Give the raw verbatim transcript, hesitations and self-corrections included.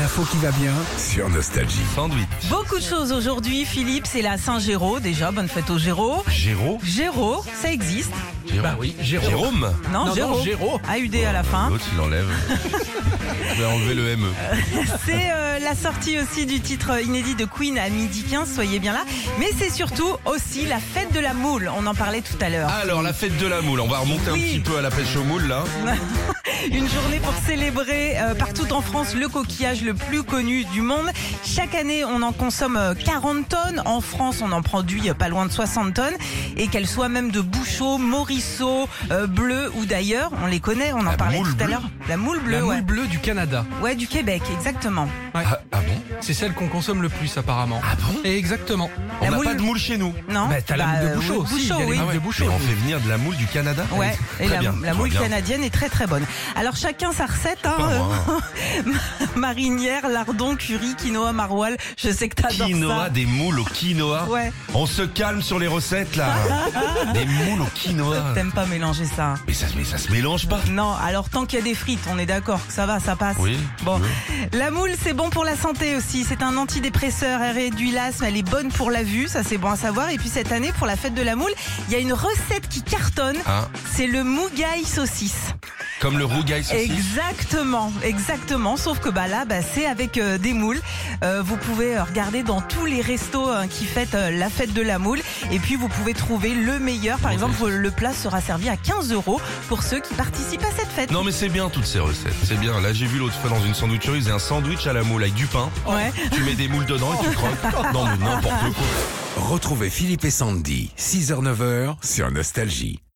L'info qui va bien. Sur Nostalgie. Sandwich. Beaucoup de choses aujourd'hui, Philippe, c'est la Saint-Géraud, déjà, bonne fête au Géraud. Géraud. Géraud, ça existe. Bah oui, Jérôme. Jérôme. Non, Non, Géraud. non, Géraud. A U D à la fin. L'autre, il enlève. Je vais enlever le M E. C'est euh, la sortie aussi du titre inédit de Queen à midi quinze, soyez bien là. Mais c'est surtout aussi la fête de la moule, on en parlait tout à l'heure. Alors, la fête de la moule. On va remonter Oui. un petit peu à la pêche aux moules, là. Une journée pour célébrer euh, partout en France le coquillage le plus connu du monde. Chaque année, on en consomme euh, quarante tonnes. En France, on en produit euh, pas loin de soixante tonnes. Et qu'elles soient même de Bouchot, Morisseau, euh, Bleu ou d'ailleurs, on les connaît, on en La parlait moule tout à bleue. l'heure. La moule bleue, La ouais. moule bleue du Canada. Ouais, du Québec, exactement. Ouais. Ah, ah bon C'est celle qu'on consomme le plus apparemment. Ah bon Et exactement. On La n'a moule- pas de moule chez nous. Non Bah, t'as la Bah, moule de euh, Bouchot aussi. Bouchot, il y a les oui. moules de Mais Bouchot. on fait venir de la moule du Canada. Ouais, et Très la, bien, la je moule regarde. canadienne est très très bonne. Alors chacun sa recette, hein, Pas moi. euh, marinière, lardon, curry, quinoa, maroilles. Je sais que t'adores Quinoa, ça. des moules au quinoa. Ouais. On se calme sur les recettes, là. Des moules au quinoa. T'aimes pas mélanger ça. Mais ça, mais ça se mélange pas. Non, alors tant qu'il y a des frites, on est d'accord que ça va, ça passe. Oui. Bon, Oui. la moule, c'est bon pour la santé aussi. C'est un antidépresseur, elle réduit l'asthme, elle est bonne pour la vue, ça c'est bon à savoir. Et puis cette année, pour la fête de la moule, il y a une recette qui cartonne. Hein, C'est le mougaï saucisse. comme le rougail saucisse. Exactement, exactement. Sauf que bah là, bah, c'est avec euh, des moules. Euh, vous pouvez euh, regarder dans tous les restos hein, qui fêtent euh, la fête de la moule. Et puis vous pouvez trouver le meilleur. Par exemple, le plat sera servi à quinze euros pour ceux qui participent à cette fête. Non mais c'est bien toutes ces recettes, c'est bien. Là j'ai vu l'autre fois dans une sandwicherie, ils faisaient un sandwich à la moule avec du pain. Ouais. Tu mets des moules dedans et tu croques. Non mais n'importe quoi. Retrouvez Philippe et Sandy, six heures neuf heures sur Nostalgie.